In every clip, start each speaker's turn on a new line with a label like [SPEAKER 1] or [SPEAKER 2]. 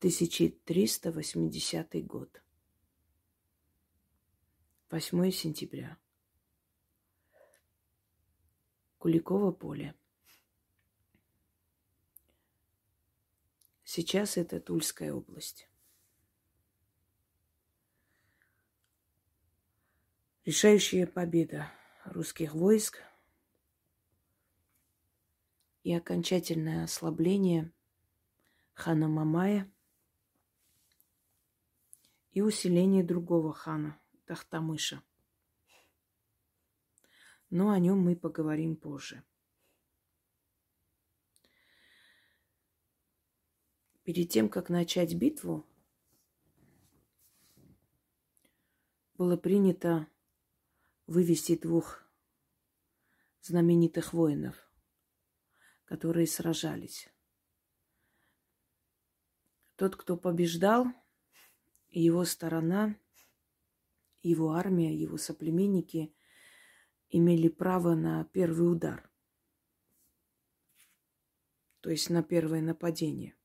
[SPEAKER 1] 1380 год. 8 сентября. Куликово поле. Сейчас это Тульская область. Решающая победа русских войск и окончательное ослабление хана Мамая и усиление другого хана Тохтамыша. Но о нем мы поговорим позже. Перед тем, как начать битву, было принято вывести двух знаменитых воинов, которые сражались. Тот, кто побеждал, его сторона, его армия, его соплеменники имели право на первый удар, то есть на первое нападение.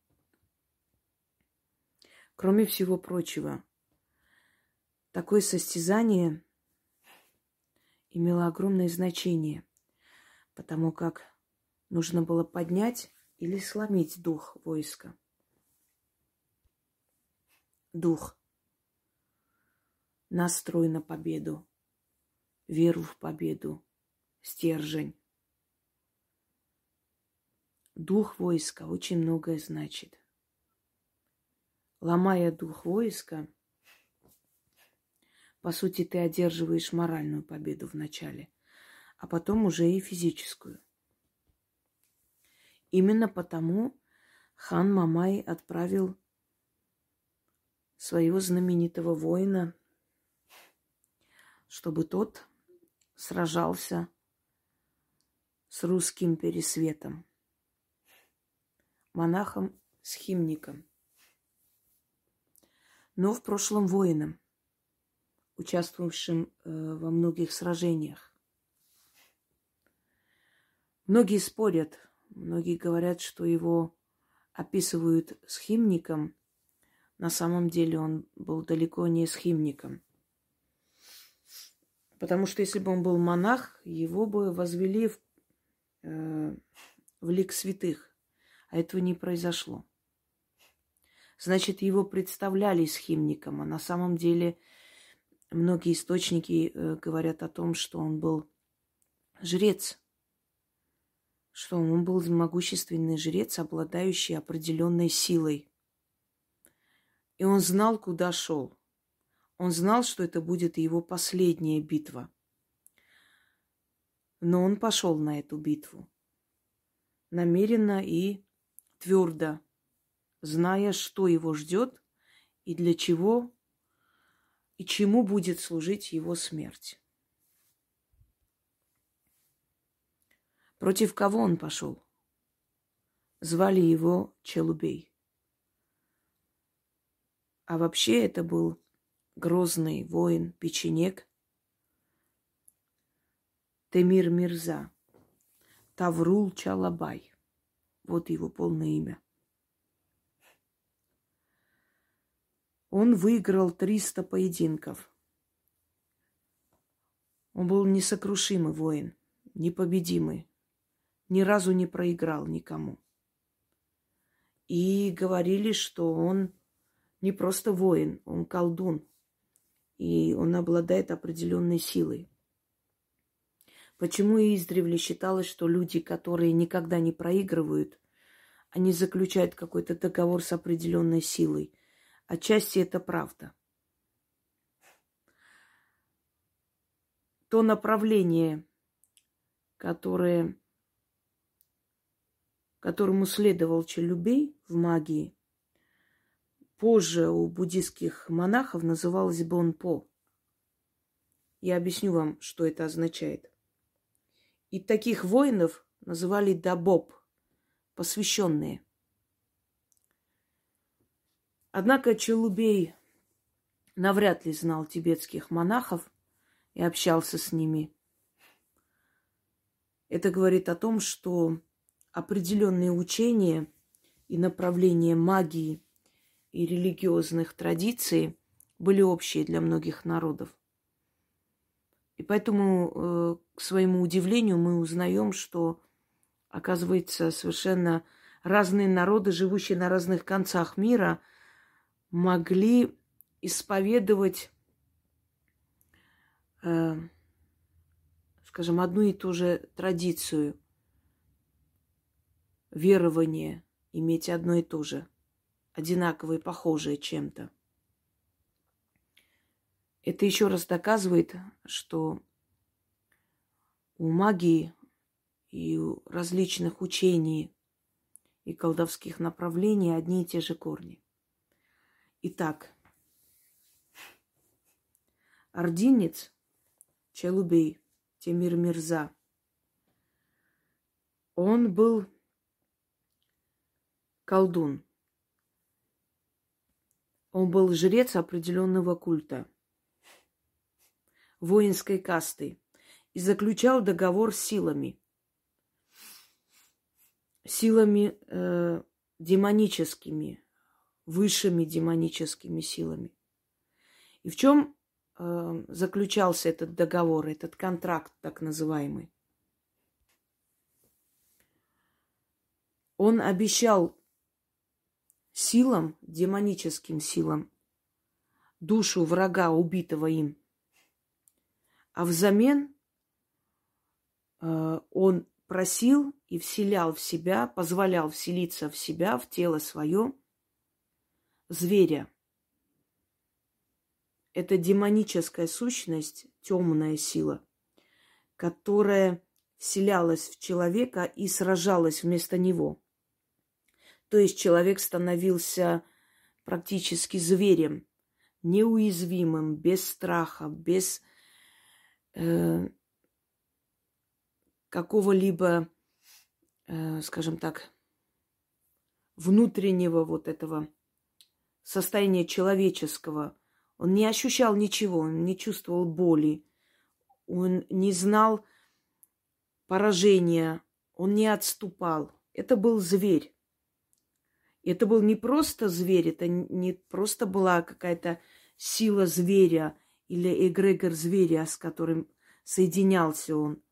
[SPEAKER 1] Кроме всего прочего, такое состязание имело огромное значение, потому как нужно было поднять или сломить дух войска. Дух, настрой на победу, веру в победу, стержень. Дух войска очень многое значит. Ломая дух войска, по сути, ты одерживаешь моральную победу вначале, а потом уже и физическую. Именно потому хан Мамай отправил своего знаменитого воина, чтобы тот сражался с русским Пересветом, монахом-схимником, но в прошлом воином, участвовавшим во многих сражениях. Многие спорят, многие говорят, что его описывают схимником. На самом деле он был далеко не схимником. Потому что если бы он был монах, его бы возвели в лик святых. А этого не произошло. Значит, его представляли схимником, а на самом деле многие источники говорят о том, что он был жрец, что он был могущественный жрец, обладающий определенной силой. И он знал, куда шел. Он знал, что это будет его последняя битва. Но он пошел на эту битву намеренно и твердо, зная, что его ждет и для чего и чему будет служить его смерть. Против кого он пошел? Звали его Челубей. А вообще это был грозный воин, печенег Темир Мирза, Таврул Чалабай. Вот его полное имя. Он выиграл 300 поединков. Он был несокрушимый воин, непобедимый. Ни разу не проиграл никому. И говорили, что он не просто воин, он колдун. И он обладает определенной силой. Почему издревле считалось, что люди, которые никогда не проигрывают, они заключают какой-то договор с определенной силой? Отчасти это правда. То направление, которому следовал Челубей в магии, позже у буддийских монахов называлось Бонпо. Я объясню вам, что это означает. И таких воинов называли дабоб, посвященные. Однако Челубей навряд ли знал тибетских монахов и общался с ними. Это говорит о том, что определенные учения и направления магии и религиозных традиций были общие для многих народов. И поэтому, к своему удивлению, мы узнаем, что, оказывается, совершенно разные народы, живущие на разных концах мира, могли исповедовать, скажем, одну и ту же традицию, верование, иметь одно и то же, одинаковое, похожее чем-то. Это еще раз доказывает, что у магии и у различных учений и колдовских направлений одни и те же корни. Итак, ординец Челубей Темир Мирза, он был колдун. Он был жрец определенного культа, воинской касты, и заключал договор с силами демоническими, высшими демоническими силами. И в чем заключался этот договор, этот контракт так называемый? Он обещал силам, демоническим силам, душу врага, убитого им. А взамен он просил и вселял в себя, позволял вселиться в себя, в тело свое, зверя. Это демоническая сущность, темная сила, которая вселялась в человека и сражалась вместо него. То есть человек становился практически зверем, неуязвимым, без страха, без какого-либо, скажем так, внутреннего вот этого состояния человеческого. Он не ощущал ничего, он не чувствовал боли, он не знал поражения, он не отступал. Это был зверь. Это был не просто зверь, это не просто была какая-то сила зверя или эгрегор зверя, с которым соединялся он.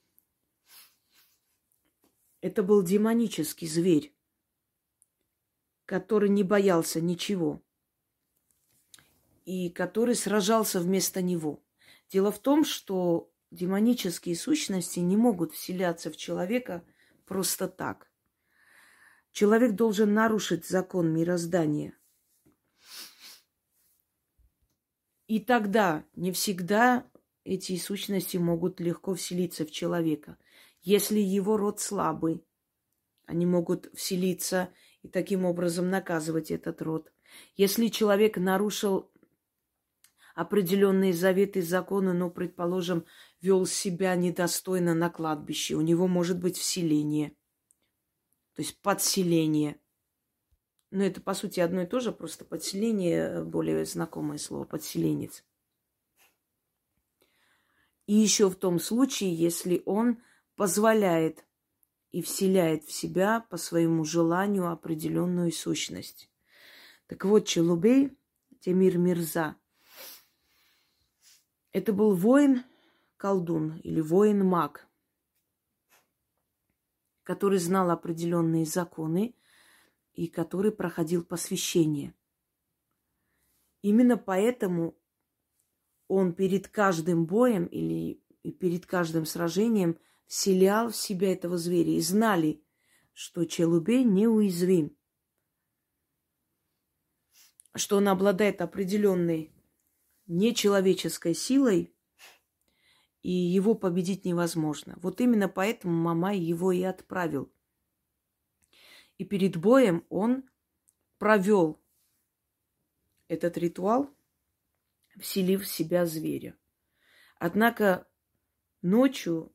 [SPEAKER 1] Это был демонический зверь, который не боялся ничего и который сражался вместо него. Дело в том, что демонические сущности не могут вселяться в человека просто так. Человек должен нарушить закон мироздания. И тогда не всегда эти сущности могут легко вселиться в человека. Если его род слабый, они могут вселиться и таким образом наказывать этот род. Если человек нарушил определенные заветы, законы, но, предположим, вел себя недостойно на кладбище, у него может быть вселение, то есть подселение. Но это, по сути, одно и то же, просто подселение, более знакомое слово, подселенец. И еще в том случае, если он позволяет и вселяет в себя по своему желанию определенную сущность. Так вот, Челубей Темир Мирза – это был воин-колдун или воин-маг, который знал определенные законы и который проходил посвящение. Именно поэтому он перед каждым боем или перед каждым сражением вселял в себя этого зверя. И знали, что Челубей неуязвим, что он обладает определенной нечеловеческой силой, и его победить невозможно. Вот именно поэтому Мамай его и отправил. И перед боем он провел этот ритуал, вселив в себя зверя. Однако ночью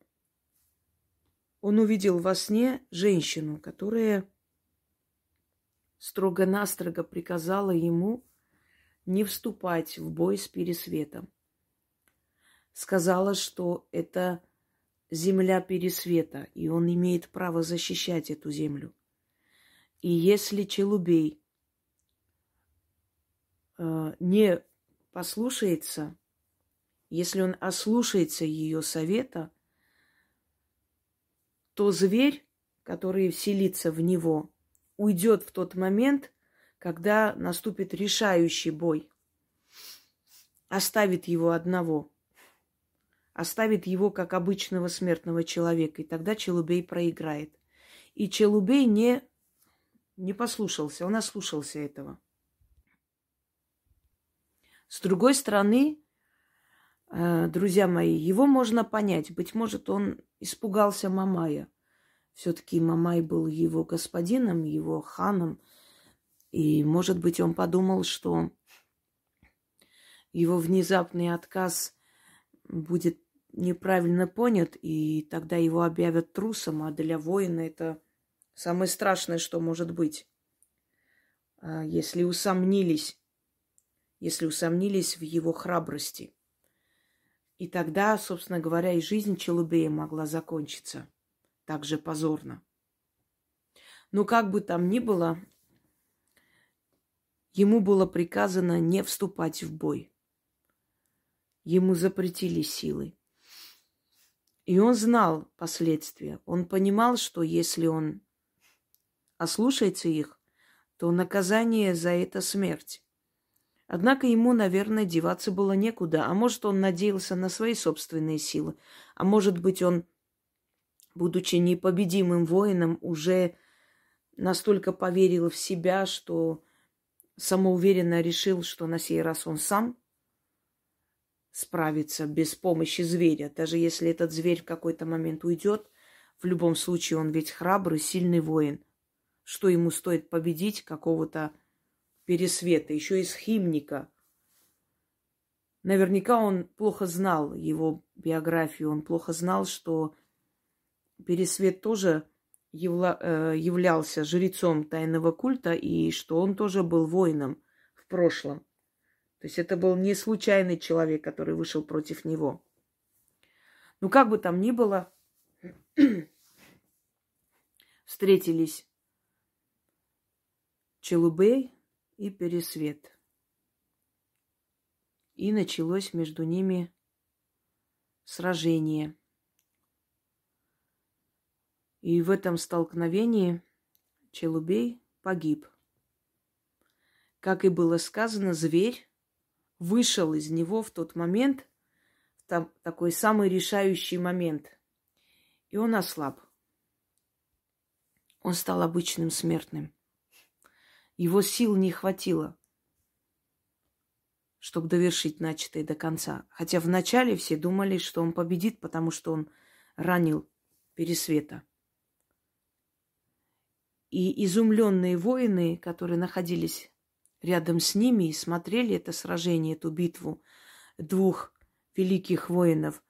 [SPEAKER 1] он увидел во сне женщину, которая строго-настрого приказала ему не вступать в бой с Пересветом. Сказала, что это земля Пересвета, и он имеет право защищать эту землю. И если Челубей не послушается, если он ослушается ее совета, то зверь, который вселится в него, уйдет в тот момент, когда наступит решающий бой. Оставит его одного. Оставит его как обычного смертного человека. И тогда Челубей проиграет. И Челубей не послушался, он ослушался этого. С другой стороны, друзья мои, его можно понять. Быть может, он испугался Мамая. Все-таки Мамай был его господином, его ханом. И, может быть, он подумал, что его внезапный отказ будет неправильно понят, и тогда его объявят трусом, а для воина это самое страшное, что может быть. Если усомнились в его храбрости. И тогда, собственно говоря, и жизнь Челубея могла закончиться так же позорно. Но как бы там ни было, ему было приказано не вступать в бой. Ему запретили силы. И он знал последствия. Он понимал, что если он ослушается их, то наказание за это смерть. Однако ему, наверное, деваться было некуда. А может, он надеялся на свои собственные силы. А может быть, он, будучи непобедимым воином, уже настолько поверил в себя, что самоуверенно решил, что на сей раз он сам справится без помощи зверя. Даже если этот зверь в какой-то момент уйдет, в любом случае он ведь храбрый, сильный воин. Что ему стоит победить какого-то Пересвета, еще и схимника? Наверняка он плохо знал его биографию, он плохо знал, что Пересвет тоже являлся жрецом тайного культа, и что он тоже был воином в прошлом. То есть это был не случайный человек, который вышел против него. Ну, как бы там ни было, встретились Челубей и Пересвет. И началось между ними сражение. И в этом столкновении Челубей погиб. Как и было сказано, зверь вышел из него в тот момент, в такой самый решающий момент. И он ослаб. Он стал обычным смертным. Его сил не хватило, чтобы довершить начатое до конца. Хотя вначале все думали, что он победит, потому что он ранил Пересвета. И изумленные воины, которые находились рядом с ними и смотрели это сражение, эту битву двух великих воинов,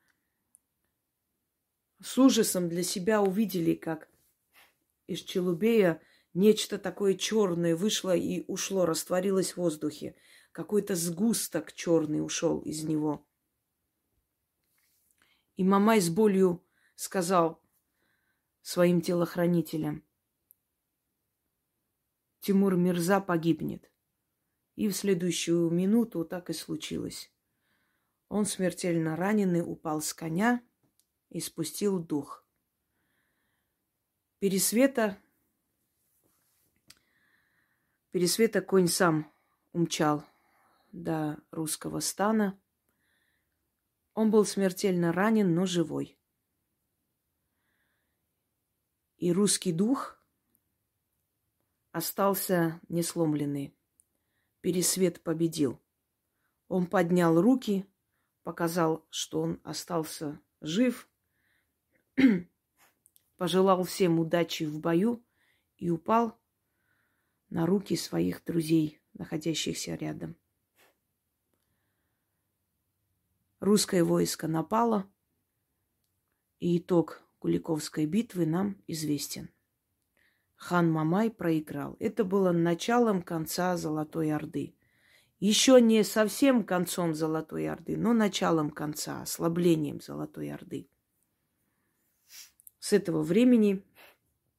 [SPEAKER 1] с ужасом для себя увидели, как из Челубея нечто такое черное вышло и ушло, растворилось в воздухе. Какой-то сгусток черный ушел из него. И Мамай с болью сказал своим телохранителям: Тимур Мирза погибнет. И в следующую минуту так и случилось. Он смертельно раненый упал с коня и спустил дух. Пересвета конь сам умчал до русского стана. Он был смертельно ранен, но живой. И русский дух остался несломленный. Пересвет победил. Он поднял руки, показал, что он остался жив, пожелал всем удачи в бою и упал на руки своих друзей, находящихся рядом. Русское войско напало, и итог Куликовской битвы нам известен. Хан Мамай проиграл. Это было началом конца Золотой Орды. Еще не совсем концом Золотой Орды, но началом конца, ослаблением Золотой Орды. С этого времени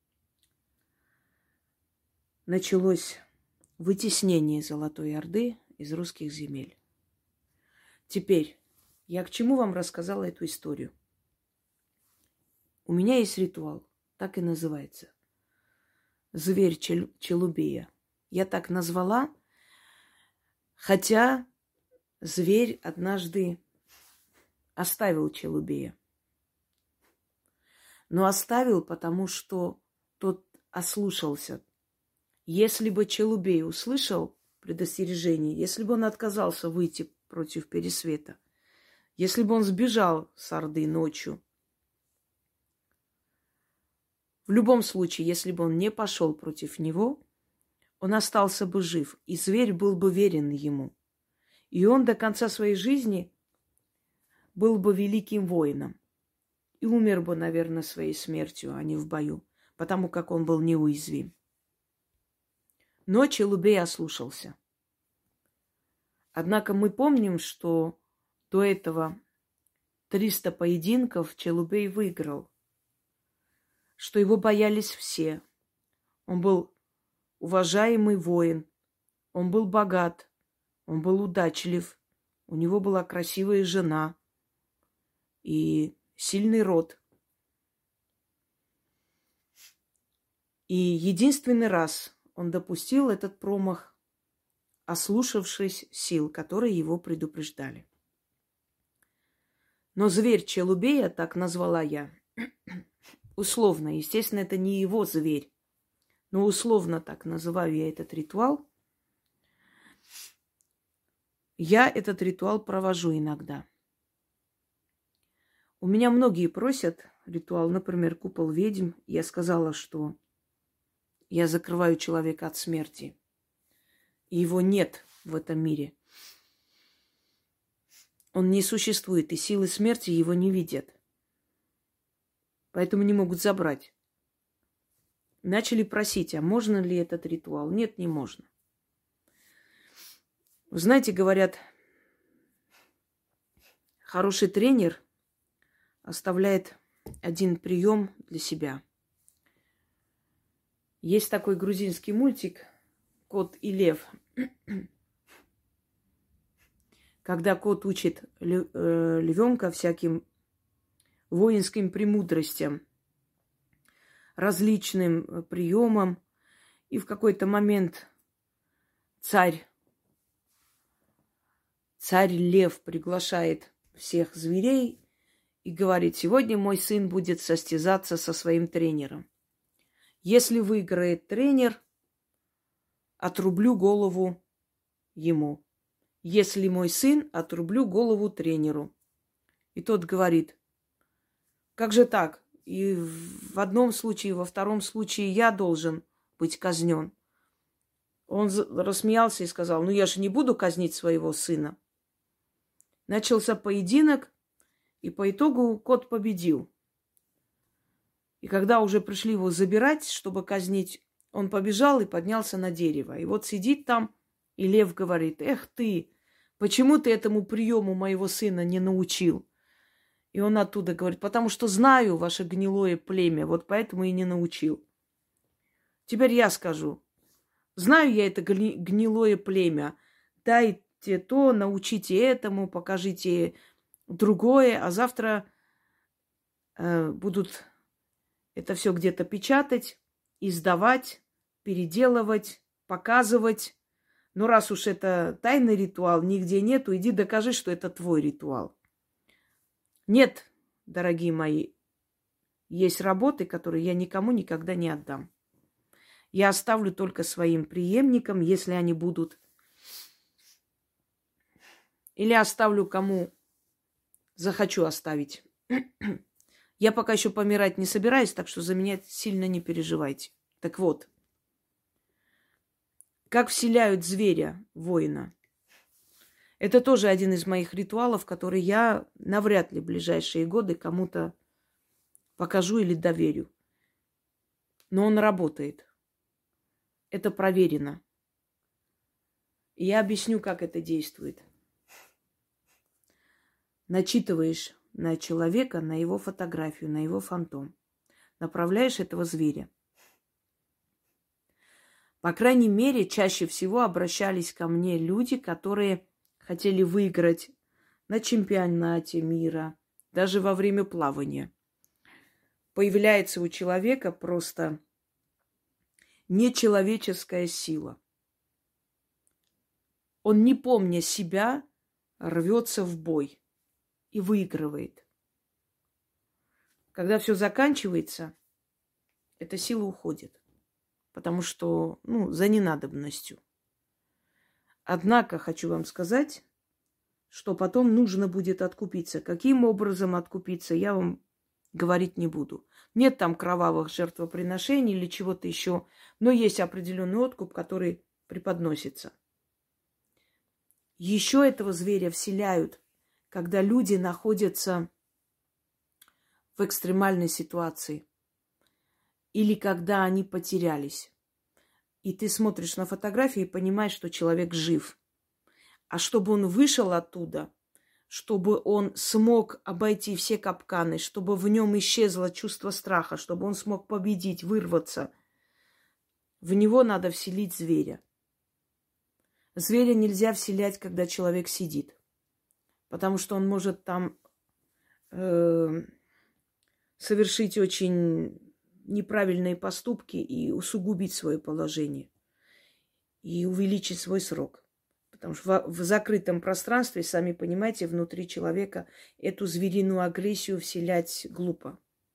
[SPEAKER 1] началось вытеснение Золотой Орды из русских земель. Теперь, я к чему вам рассказала эту историю? У меня есть ритуал, так и называется. Зверь Челубея. Я так назвала, хотя зверь однажды оставил Челубея. Но оставил, потому что тот ослушался. Если бы Челубей услышал предостережение, если бы он отказался выйти против Пересвета, если бы он сбежал с Орды ночью, в любом случае, если бы он не пошел против него, он остался бы жив, и зверь был бы верен ему. И он до конца своей жизни был бы великим воином. И умер бы, наверное, своей смертью, а не в бою, потому как он был неуязвим. Но Челубей ослушался. Однако мы помним, что до этого 300 поединков Челубей выиграл, что его боялись все. Он был уважаемый воин, он был богат, он был удачлив, у него была красивая жена и сильный род. И единственный раз он допустил этот промах, ослушавшись сил, которые его предупреждали. Но зверь Челубея, так назвала я, условно, естественно, это не его зверь, но условно так называю я этот ритуал. Я этот ритуал провожу иногда. У меня многие просят ритуал, например, купол ведьм. Я сказала, что я закрываю человека от смерти. И его нет в этом мире. Он не существует, и силы смерти его не видят. Поэтому не могут забрать. Начали просить, а можно ли этот ритуал? Нет, не можно. Вы знаете, говорят, хороший тренер оставляет один прием для себя. Есть такой грузинский мультик «Кот и лев». Когда кот учит львенка всяким воинским премудростям, различным приемам, и в какой-то момент царь лев приглашает всех зверей и говорит: сегодня мой сын будет состязаться со своим тренером. Если выиграет тренер, отрублю голову ему. Если мой сын, отрублю голову тренеру. И тот говорит: как же так? И в одном случае, во втором случае я должен быть казнен. Он рассмеялся и сказал: ну я же не буду казнить своего сына. Начался поединок, и по итогу кот победил. И когда уже пришли его забирать, чтобы казнить, он побежал и поднялся на дерево. И вот сидит там, и лев говорит: эх ты, почему ты этому приему моего сына не научил? И он оттуда говорит: потому что знаю ваше гнилое племя, вот поэтому и не научил. Теперь я скажу: знаю я это гнилое племя, дайте то, научите этому, покажите другое, а завтра будут это все где-то печатать, издавать, переделывать, показывать. Но раз уж это тайный ритуал, нигде нету, иди докажи, что это твой ритуал. Нет, дорогие мои, есть работы, которые я никому никогда не отдам. Я оставлю только своим преемникам, если они будут. Или оставлю, кому захочу оставить. Я пока еще помирать не собираюсь, так что за меня сильно не переживайте. Так вот, как вселяют зверя, воина. Это тоже один из моих ритуалов, который я навряд ли в ближайшие годы кому-то покажу или доверю. Но он работает. Это проверено. И я объясню, как это действует. Начитываешь на человека, на его фотографию, на его фантом. Направляешь этого зверя. По крайней мере, чаще всего обращались ко мне люди, которые хотели выиграть на чемпионате мира, даже во время плавания. Появляется у человека просто нечеловеческая сила. Он, не помня себя, рвется в бой и выигрывает. Когда все заканчивается, эта сила уходит, потому что, за ненадобностью. Однако хочу вам сказать, что потом нужно будет откупиться. Каким образом откупиться, я вам говорить не буду. Нет там кровавых жертвоприношений или чего-то еще, но есть определенный откуп, который преподносится. Еще этого зверя вселяют, когда люди находятся в экстремальной ситуации или когда они потерялись. И ты смотришь на фотографии и понимаешь, что человек жив. А чтобы он вышел оттуда, чтобы он смог обойти все капканы, чтобы в нем исчезло чувство страха, чтобы он смог победить, вырваться, в него надо вселить зверя. Зверя нельзя вселять, когда человек сидит, потому что он может там совершить очень неправильные поступки и усугубить свое положение, и увеличить свой срок. Потому что в закрытом пространстве, сами понимаете, внутри человека эту звериную агрессию вселять глупо.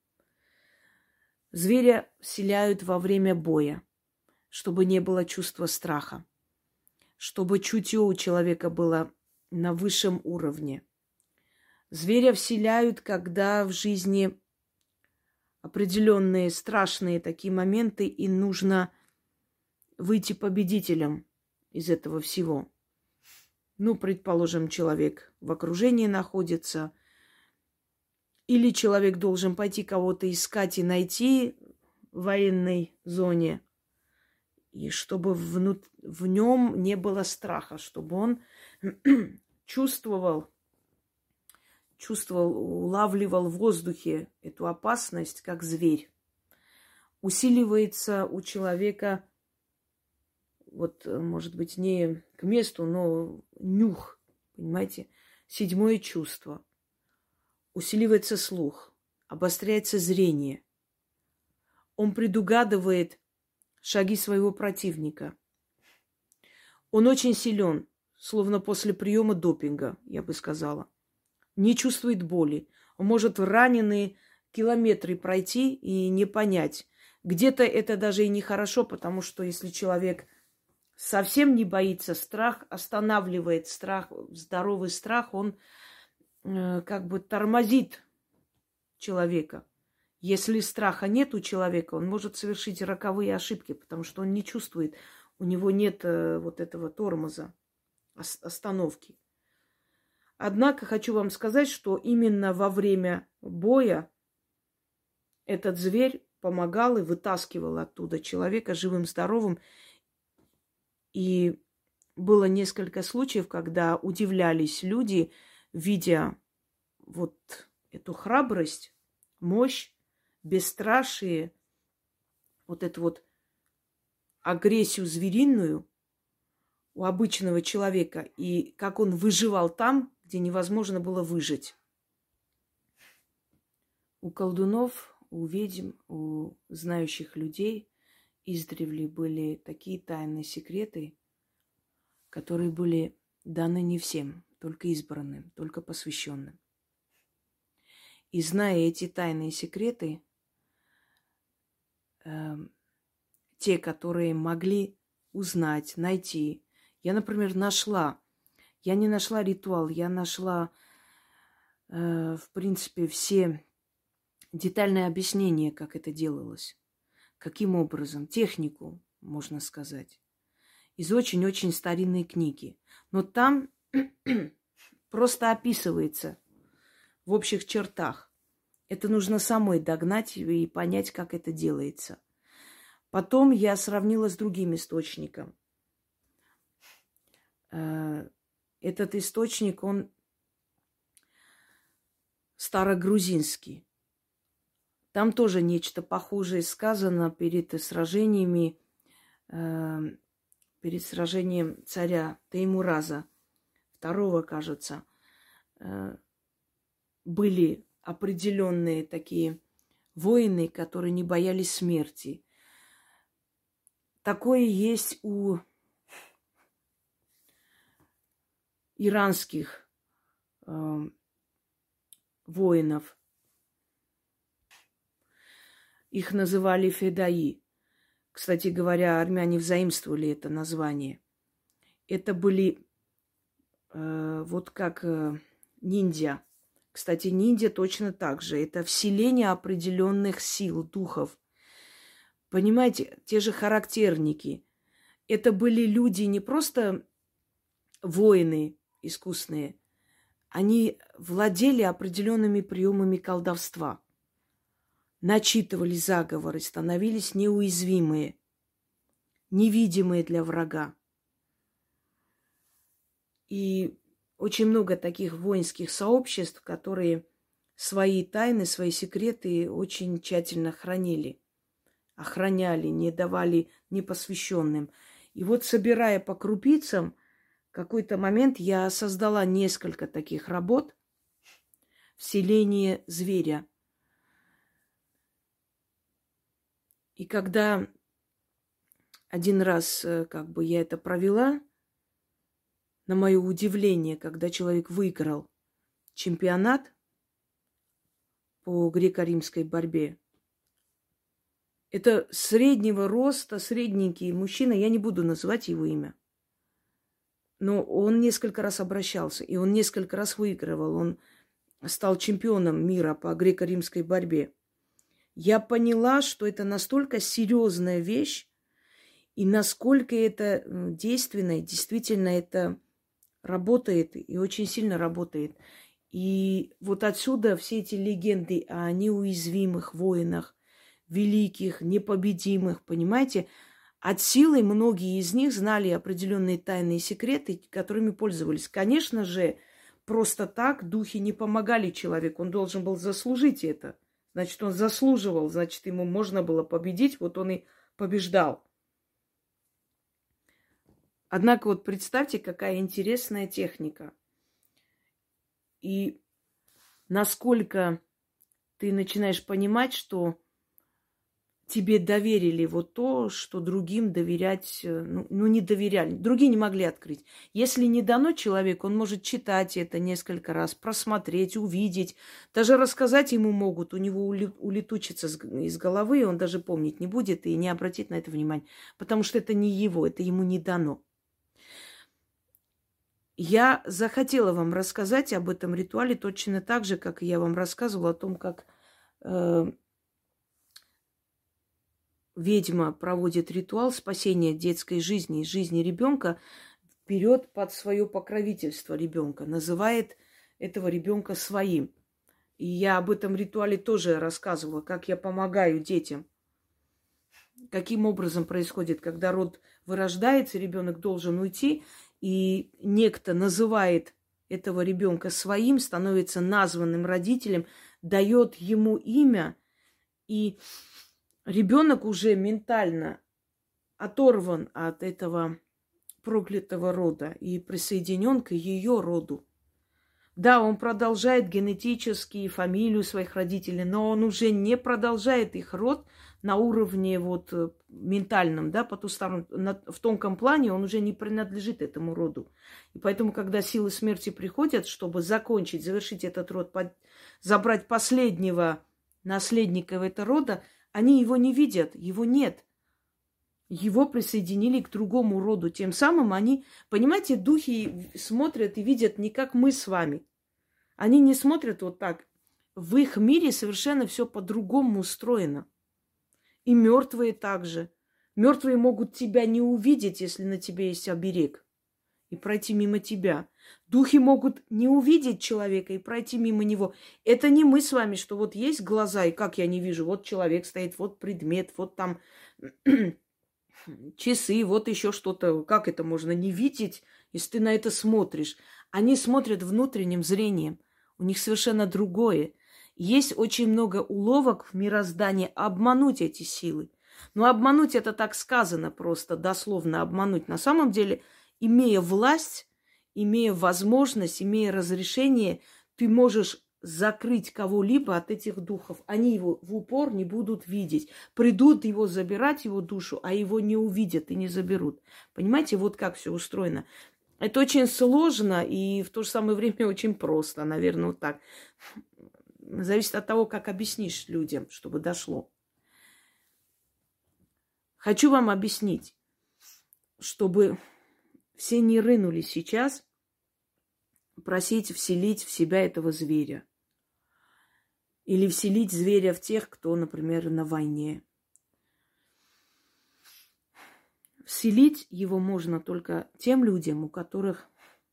[SPEAKER 1] Зверя вселяют во время боя, чтобы не было чувства страха, чтобы чутье у человека было на высшем уровне. Зверя вселяют, когда в жизни определенные страшные такие моменты, и нужно выйти победителем из этого всего. Предположим, человек в окружении находится, или человек должен пойти кого-то искать и найти в военной зоне, и чтобы в нем не было страха, чтобы он чувствовал, улавливал в воздухе эту опасность, как зверь. Усиливается у человека, может быть, не к месту, но нюх, понимаете, 7 чувство. Усиливается слух, обостряется зрение. Он предугадывает шаги своего противника. Он очень силен, словно после приема допинга, я бы сказала. Не чувствует боли. Он может раненые километры пройти и не понять. Где-то это даже и нехорошо, потому что если человек совсем не боится, страх останавливает страх, здоровый страх, он тормозит человека. Если страха нет у человека, он может совершить роковые ошибки, потому что он не чувствует, у него нет этого тормоза, остановки. Однако хочу вам сказать, что именно во время боя этот зверь помогал и вытаскивал оттуда человека живым, здоровым. И было несколько случаев, когда удивлялись люди, видя эту храбрость, мощь, бесстрашие, эту агрессию звериную у обычного человека, и как он выживал там, где невозможно было выжить. У колдунов, у ведьм, у знающих людей издревле были такие тайные секреты, которые были даны не всем, только избранным, только посвященным. И зная эти тайные секреты, те, которые могли узнать, найти. Я, например, я не нашла ритуал, я нашла, в принципе, все детальные объяснения, как это делалось, каким образом, технику, можно сказать, из очень-очень старинной книги. Но там просто описывается в общих чертах. Это нужно самой догнать и понять, как это делается. Потом я сравнила с другим источником. Этот источник, он старогрузинский. Там тоже нечто похожее сказано перед сражениями. перед сражением царя Теймураза, второго, кажется, были определенные такие воины, которые не боялись смерти. Такое есть у иранских воинов. Их называли федаи. Кстати говоря, армяне взаимствовали это название. Это были вот как ниндзя. Кстати, ниндзя точно так же. Это вселение определенных сил, духов. Понимаете, те же характерники. Это были люди не просто воины искусные. Они владели определенными приемами колдовства. Начитывали заговоры, становились неуязвимые, невидимые для врага. И очень много таких воинских сообществ, которые свои тайны, свои секреты очень тщательно хранили, охраняли, не давали непосвященным. И вот, собирая по крупицам, в какой-то момент я создала несколько таких работ «Вселение зверя». И когда один раз я это провела, на мое удивление, когда человек выиграл чемпионат по греко-римской борьбе, это среднего роста, средненький мужчина, я не буду называть его имя, но он несколько раз обращался, и он несколько раз выигрывал, он стал чемпионом мира по греко-римской борьбе. Я поняла, что это настолько серьезная вещь, и насколько это действенно, действительно это работает, и очень сильно работает. И вот отсюда все эти легенды о неуязвимых воинах, великих, непобедимых, понимаете? От силы многие из них знали определенные тайные секреты, которыми пользовались. Конечно же, просто так духи не помогали человеку, он должен был заслужить это. Значит, он заслуживал, значит, ему можно было победить, вот он и побеждал. Однако вот представьте, какая интересная техника. И насколько ты начинаешь понимать, что тебе доверили вот то, что другим доверять, не доверяли. Другие не могли открыть. Если не дано человеку, он может читать это несколько раз, просмотреть, увидеть. Даже рассказать ему могут, у него улетучится из головы, он даже помнить не будет и не обратит на это внимания. Потому что это не его, это ему не дано. Я захотела вам рассказать об этом ритуале точно так же, как я вам рассказывала о том, как ведьма проводит ритуал спасения детской жизни и жизни ребенка вперед под свое покровительство ребенка, называет этого ребенка своим. И я об этом ритуале тоже рассказывала, как я помогаю детям. Каким образом происходит, когда род вырождается, ребенок должен уйти, и некто называет этого ребенка своим, становится названным родителем, дает ему имя, и ребенок уже ментально оторван от этого проклятого рода и присоединен к ее роду. Да, он продолжает генетически фамилию своих родителей, но он уже не продолжает их род на уровне ментальном, да, потустороннем, в тонком плане он уже не принадлежит этому роду. И поэтому, когда силы смерти приходят, чтобы закончить, завершить этот род, забрать последнего наследника этого рода, они его не видят, его нет. Его присоединили к другому роду. Тем самым они, понимаете, духи смотрят и видят не как мы с вами. Они не смотрят вот так. В их мире совершенно все по-другому устроено. И мертвые также. Мертвые могут тебя не увидеть, если на тебе есть оберег, и пройти мимо тебя. Духи могут не увидеть человека и пройти мимо него. Это не мы с вами, что вот есть глаза, и как я не вижу, вот человек стоит, вот предмет, вот там часы, вот еще что-то. Как это можно не видеть, если ты на это смотришь? Они смотрят внутренним зрением. У них совершенно другое. Есть очень много уловок в мироздании обмануть эти силы. Но обмануть это так сказано просто, дословно обмануть. На самом деле, имея власть, имея возможность, имея разрешение, ты можешь закрыть кого-либо от этих духов. Они его в упор не будут видеть. Придут его забирать, его душу, а его не увидят и не заберут. Понимаете, вот как все устроено. Это очень сложно и в то же самое время очень просто, наверное, вот так. Зависит от того, как объяснишь людям, чтобы дошло. Хочу вам объяснить, чтобы все не рынули сейчас просить вселить в себя этого зверя. Или вселить зверя в тех, кто, например, на войне. Вселить его можно только тем людям, у которых,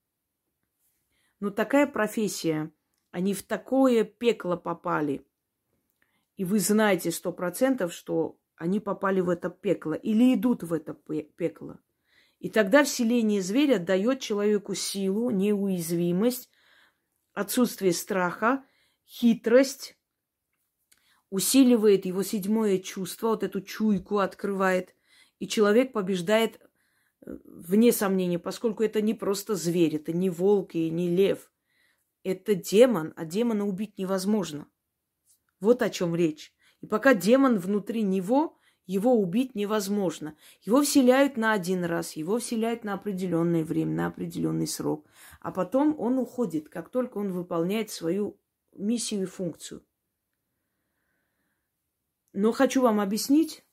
[SPEAKER 1] такая профессия, они в такое пекло попали. И вы знаете 100%, что они попали в это пекло или идут в это пекло. И тогда вселение зверя дает человеку силу, неуязвимость, отсутствие страха, хитрость, усиливает его седьмое чувство, вот эту чуйку открывает. И человек побеждает вне сомнения, поскольку это не просто зверь, это не волк и не лев. Это демон, а демона убить невозможно. Вот о чем речь. И пока демон внутри него, его убить невозможно. Его вселяют на один раз, его вселяют на определенное время, на определенный срок. А потом он уходит, как только он выполняет свою миссию и функцию. Но хочу вам объяснить,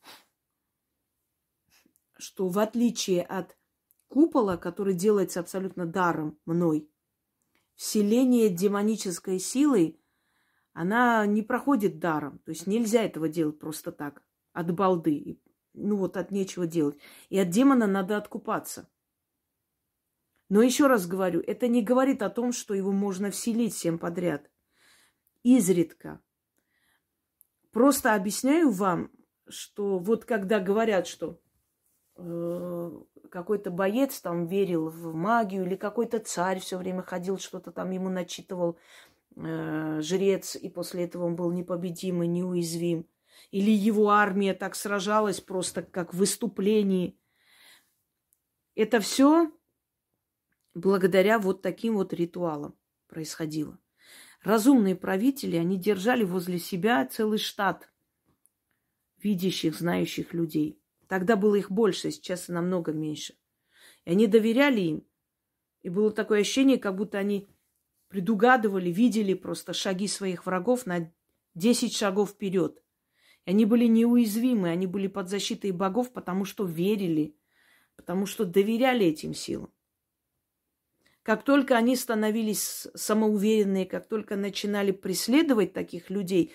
[SPEAKER 1] что в отличие от купола, который делается абсолютно даром мной, вселение демонической силы, она не проходит даром. То есть нельзя этого делать просто так, от балды. От нечего делать. И от демона надо откупаться. Но еще раз говорю, это не говорит о том, что его можно вселить всем подряд. Изредка. Просто объясняю вам, что вот когда говорят, что какой-то боец там верил в магию, или какой-то царь все время ходил, что-то там ему начитывал жрец, и после этого он был непобедим и неуязвим. Или его армия так сражалась просто как в выступлении. Это все благодаря вот таким вот ритуалам происходило. Разумные правители, они держали возле себя целый штат видящих, знающих людей. Тогда было их больше, сейчас намного меньше. И они доверяли им. И было такое ощущение, как будто они предугадывали, видели просто шаги своих врагов на 10 шагов вперед. И они были неуязвимы, они были под защитой богов, потому что верили, потому что доверяли этим силам. Как только они становились самоуверенные, как только начинали преследовать таких людей,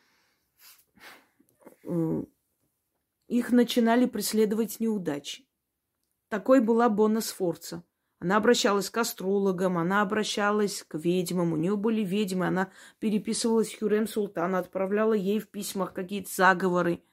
[SPEAKER 1] их начинали преследовать неудачи. Такой была Бонна Сфорца. Она обращалась к астрологам, она обращалась к ведьмам. У нее были ведьмы, она переписывалась с Хюррем Султан, отправляла ей в письмах какие-то заговоры.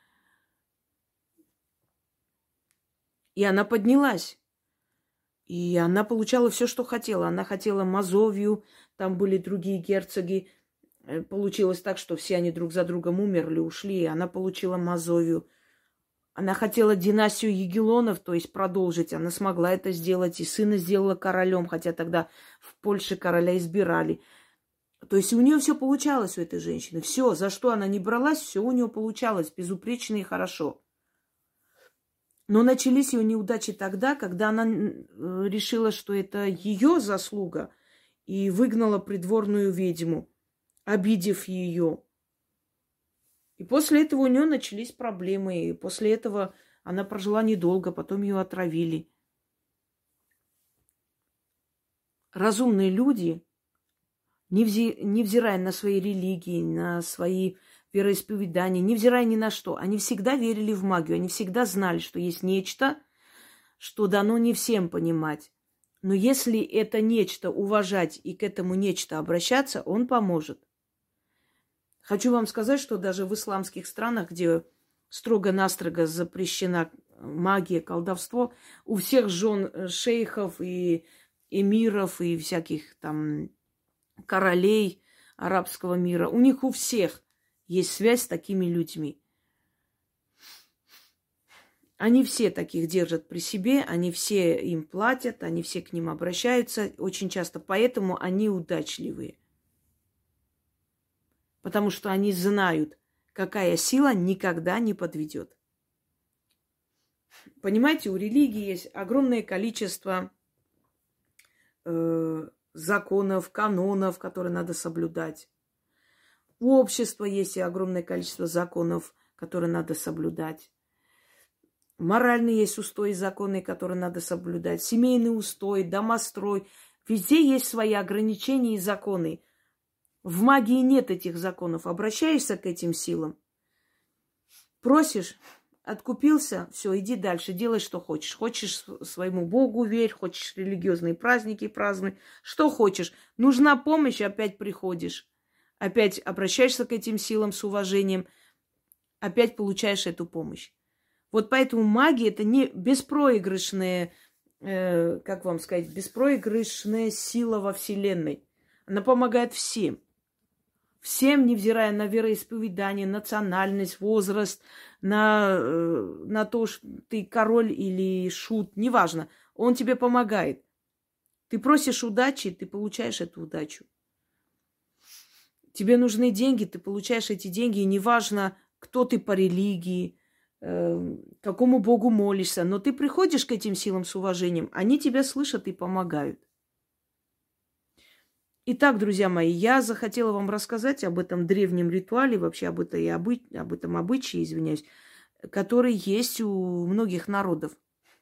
[SPEAKER 1] И она поднялась. И она получала все, что хотела. Она хотела Мазовию, там были другие герцоги. Получилось так, что все они друг за другом умерли, ушли, и она получила Мазовию. Она хотела династию Егелонов, то есть продолжить. Она смогла это сделать, и сына сделала королем, хотя тогда в Польше короля избирали. То есть у нее все получалось, у этой женщины. Все, за что она не бралась, все у нее получалось, безупречно и хорошо. Но начались ее неудачи тогда, когда она решила, что это ее заслуга, и выгнала придворную ведьму, обидев ее. И после этого у нее начались проблемы. И после этого она прожила недолго, потом ее отравили. Разумные люди, невзирая на свои религии, на свои вероисповедания, невзирая ни на что, они всегда верили в магию. Они всегда знали, что есть нечто, что дано не всем понимать. Но если это нечто уважать и к этому нечто обращаться, он поможет. Хочу вам сказать, что даже в исламских странах, где строго-настрого запрещена магия, колдовство, у всех жен шейхов и эмиров и всяких там королей арабского мира, у них у всех есть связь с такими людьми. Они все таких держат при себе, они все им платят, они все к ним обращаются очень часто, поэтому они удачливые. Потому что они знают, какая сила никогда не подведет. Понимаете, у религии есть огромное количество законов, канонов, которые надо соблюдать. У общества есть и огромное количество законов, которые надо соблюдать. Моральные есть устои, законы, которые надо соблюдать. Семейный устой, домострой. Везде есть свои ограничения и законы. В магии нет этих законов. Обращаешься к этим силам, просишь, откупился, все, иди дальше, делай, что хочешь. Хочешь своему Богу верь, хочешь религиозные праздники празднуй, что хочешь. Нужна помощь, опять приходишь. Опять обращаешься к этим силам с уважением, опять получаешь эту помощь. Вот поэтому магия – это не беспроигрышная, как вам сказать, беспроигрышная сила во Вселенной. Она помогает всем. Всем, невзирая на вероисповедание, национальность, возраст, на то, что ты король или шут, неважно. Он тебе помогает. Ты просишь удачи, ты получаешь эту удачу. Тебе нужны деньги, ты получаешь эти деньги. И неважно, кто ты по религии, какому Богу молишься. Но ты приходишь к этим силам с уважением, они тебя слышат и помогают. Итак, друзья мои, я захотела вам рассказать об этом древнем ритуале, вообще об этом обычае, извиняюсь, который есть у многих народов.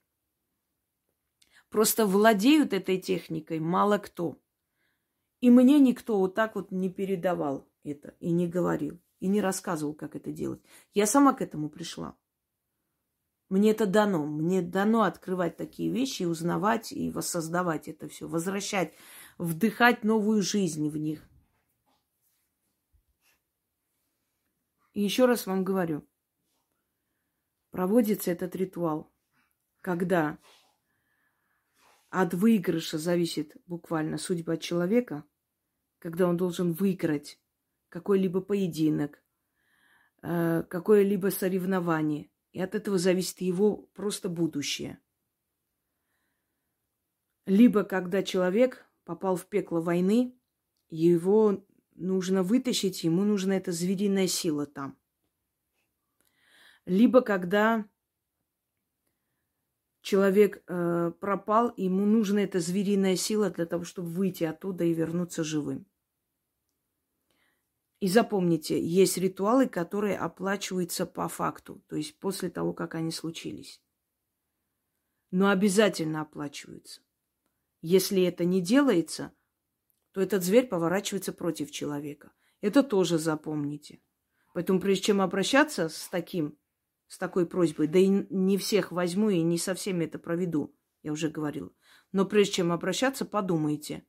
[SPEAKER 1] Просто владеют этой техникой мало кто. И мне никто вот так вот не передавал это, и не говорил, и не рассказывал, как это делать. Я сама к этому пришла. Мне это дано. Мне дано открывать такие вещи, узнавать и воссоздавать это все, возвращать, вдыхать новую жизнь в них. И еще раз вам говорю, проводится этот ритуал, когда от выигрыша зависит буквально судьба человека, когда он должен выиграть какой-либо поединок, какое-либо соревнование. И от этого зависит его просто будущее. Либо когда человек попал в пекло войны, его нужно вытащить, ему нужна эта звериная сила там. Либо когда человек пропал, ему нужна эта звериная сила для того, чтобы выйти оттуда и вернуться живым. И запомните, есть ритуалы, которые оплачиваются по факту, то есть после того, как они случились. Но обязательно оплачиваются. Если это не делается, то этот зверь поворачивается против человека. Это тоже запомните. Поэтому прежде чем обращаться с такой просьбой, да и не всех возьму и не со всеми это проведу, я уже говорила. Но прежде чем обращаться, подумайте.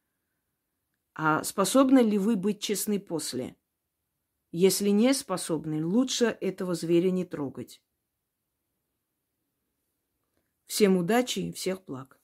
[SPEAKER 1] А способны ли вы быть честны после? Если не способны, лучше этого зверя не трогать. Всем удачи и всех благ.